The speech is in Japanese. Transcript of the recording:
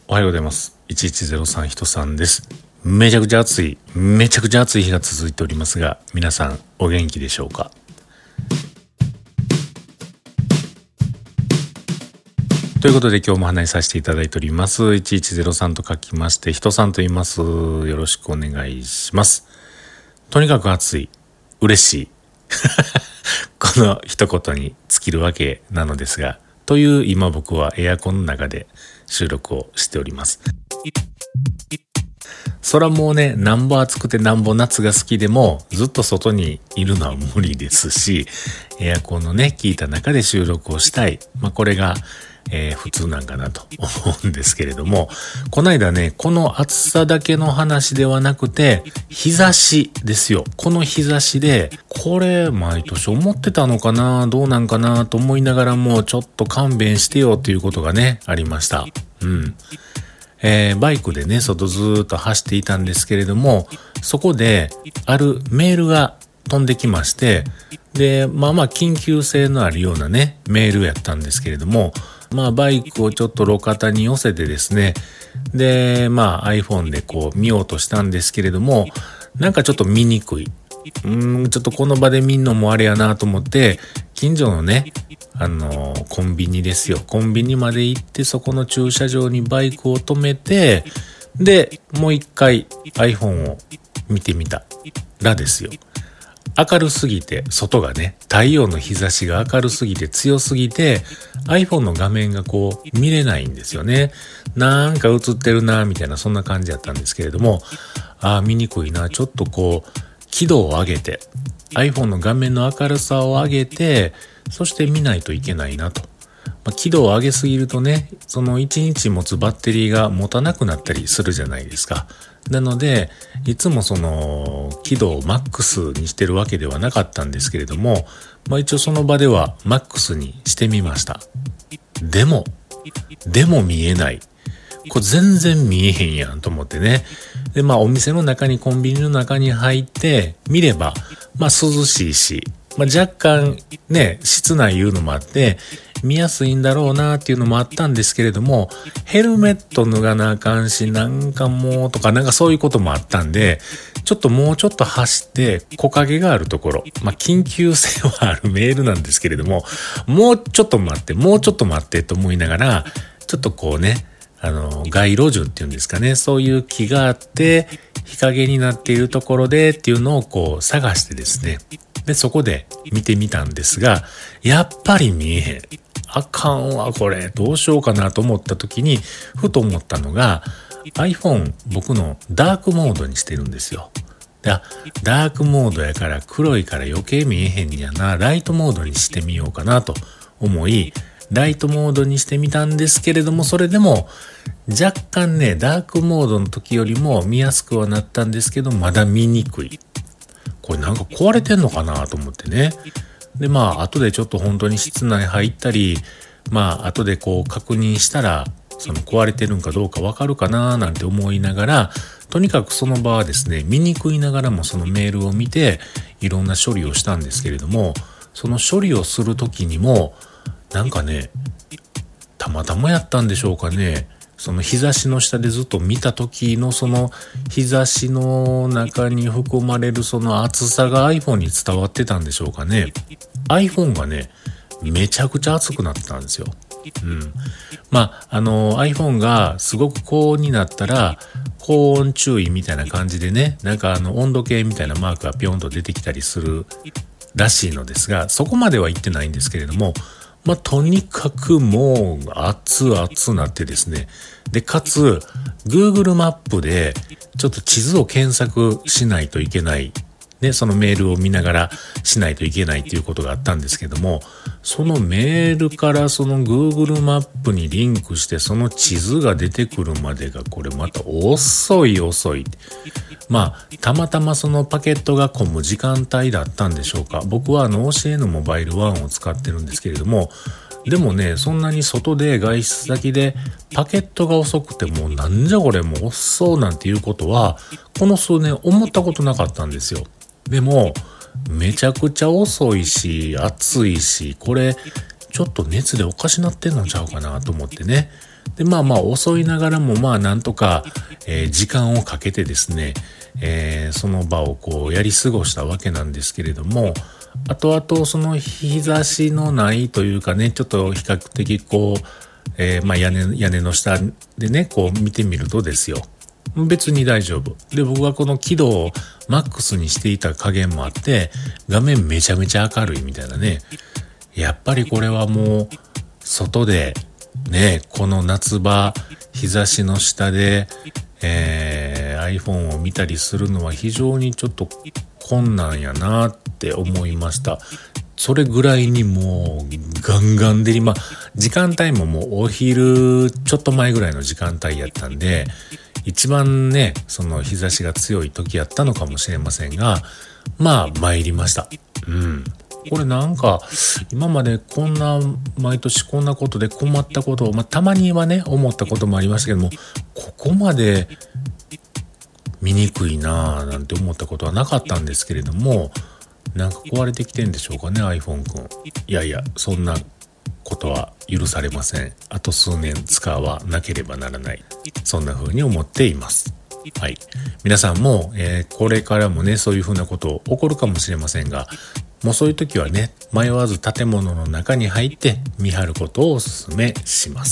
おはようございます。1103人さんです。めちゃくちゃ暑い日が続いておりますが、皆さんお元気でしょうか。ということで今日も話させていただいております。1103と書きまして人さんと言います。よろしくお願いします。とにかく暑い、嬉しいこの一言に尽きるわけなのですが、という今僕はエアコンの中で収録をしております。そらもうね、なんぼ暑くてなんぼ夏が好きでもずっと外にいるのは無理ですし、エアコンのね効いた中で収録をしたい、これが、普通なんかなと思うんですけれども、この間ね、この暑さだけの話ではなくて日差しですよ。この日差しでこれ毎年思ってたのかな、どうなんかなと思いながらも、ちょっと勘弁してよということがねありました。バイクでね外ずーっと走っていたんですけれども、そこであるメールが飛んできまして、で緊急性のあるようなねメールやったんですけれども、バイクをちょっと路肩に寄せてですね、でiPhone でこう見ようとしたんですけれども、なんかちょっと見にくい、ちょっとこの場で見んのもあれやなと思って、近所のねコンビニですよ。コンビニまで行って、そこの駐車場にバイクを止めて、でもう一回 iPhone を見てみたらですよ、明るすぎて、外がね太陽の日差しが明るすぎて強すぎて iPhone の画面がこう見れないんですよね。なんか映ってるなみたいな、そんな感じだったんですけれども、見にくいな、ちょっとこう輝度を上げて iPhone の画面の明るさを上げて、そして見ないといけないなと。輝度を上げすぎるとね、その1日持つバッテリーが持たなくなったりするじゃないですか。なのでいつもその輝度をマックスにしてるわけではなかったんですけれども、一応その場ではマックスにしてみました。でも見えない。これ全然見えへんやんと思ってね。でお店の中に、コンビニの中に入って見れば涼しいし、若干ね室内いうのもあって見やすいんだろうなっていうのもあったんですけれども、ヘルメット脱がなあかんし、なんかもうとか、なんかそういうこともあったんで、もうちょっと走って木陰があるところ、緊急性はあるメールなんですけれども、もうちょっと待ってと思いながら、ちょっとこうね街路樹っていうんですかね、そういう木があって日陰になっているところでっていうのをこう探してですね、でそこで見てみたんですが、やっぱり見えへん。あかんわこれ、どうしようかなと思った時にふと思ったのが、 iPhone 僕のダークモードにしてるんですよ。ダークモードやから黒いから余計見えへんやな、ライトモードにしてみようかなと思い、ライトモードにしてみたんですけれども、それでも若干ねダークモードの時よりも見やすくはなったんですけど、まだ見にくい。これなんか壊れてんのかなと思ってね。で後でちょっと本当に室内入ったり、後でこう確認したらその壊れてるんかどうかわかるかななんて思いながら、とにかくその場はですね、見にくいながらもそのメールを見ていろんな処理をしたんですけれども、その処理をする時にもなんかね、たまたまやったんでしょうかね、その日差しの下でずっと見た時のその日差しの中に含まれるその暑さが iPhone に伝わってたんでしょうかね。 iPhone がねめちゃくちゃ熱くなってたんですよ。iPhone がすごく高温になったら高温注意みたいな感じでね、なんか温度計みたいなマークがピョンと出てきたりするらしいのですが、そこまでは言ってないんですけれども、とにかくもう熱なってですね、でかつ Google マップでちょっと地図を検索しないといけないね、そのメールを見ながらしないといけないっていうことがあったんですけども、そのメールからその Google マップにリンクしてその地図が出てくるまでがこれまた遅い。たまたまそのパケットが混む時間帯だったんでしょうか。僕はOCN モバイル1を使ってるんですけれども、でもね、そんなに外で外出先でパケットが遅くてもなんじゃこれもう遅そうなんていうことはこの数年思ったことなかったんですよ。でもめちゃくちゃ遅いし暑いし、これちょっと熱でおかしなってんのちゃうかなと思ってね。 で、まあ遅いながらもなんとか、時間をかけてですね、その場をこうやり過ごしたわけなんですけれども、後々その日差しのないというかね、ちょっと比較的こう、屋根の下でね、こう見てみるとですよ。別に大丈夫。で、僕はこの輝度をマックスにしていた加減もあって、画面めちゃめちゃ明るいみたいなね。やっぱりこれはもう、外で、ね、この夏場、日差しの下で、iPhone を見たりするのは非常にちょっと困難やなって思いました。それぐらいにもうガンガンで時間帯ももうお昼ちょっと前ぐらいの時間帯やったんで、一番ね、その日差しが強い時やったのかもしれませんが、参りました。これなんか、今まで毎年こんなことで困ったことを、たまにはね、思ったこともありましたけども、ここまで見にくいなぁなんて思ったことはなかったんですけれども、なんか壊れてきてんでしょうかね、iPhone 君。いやいや、そんなことは許されません。あと数年使わなければならない。そんな風に思っています。はい。皆さんも、これからもね、そういう風なこと起こるかもしれませんが、もうそういう時はね、迷わず建物の中に入って見張ることをお勧めします。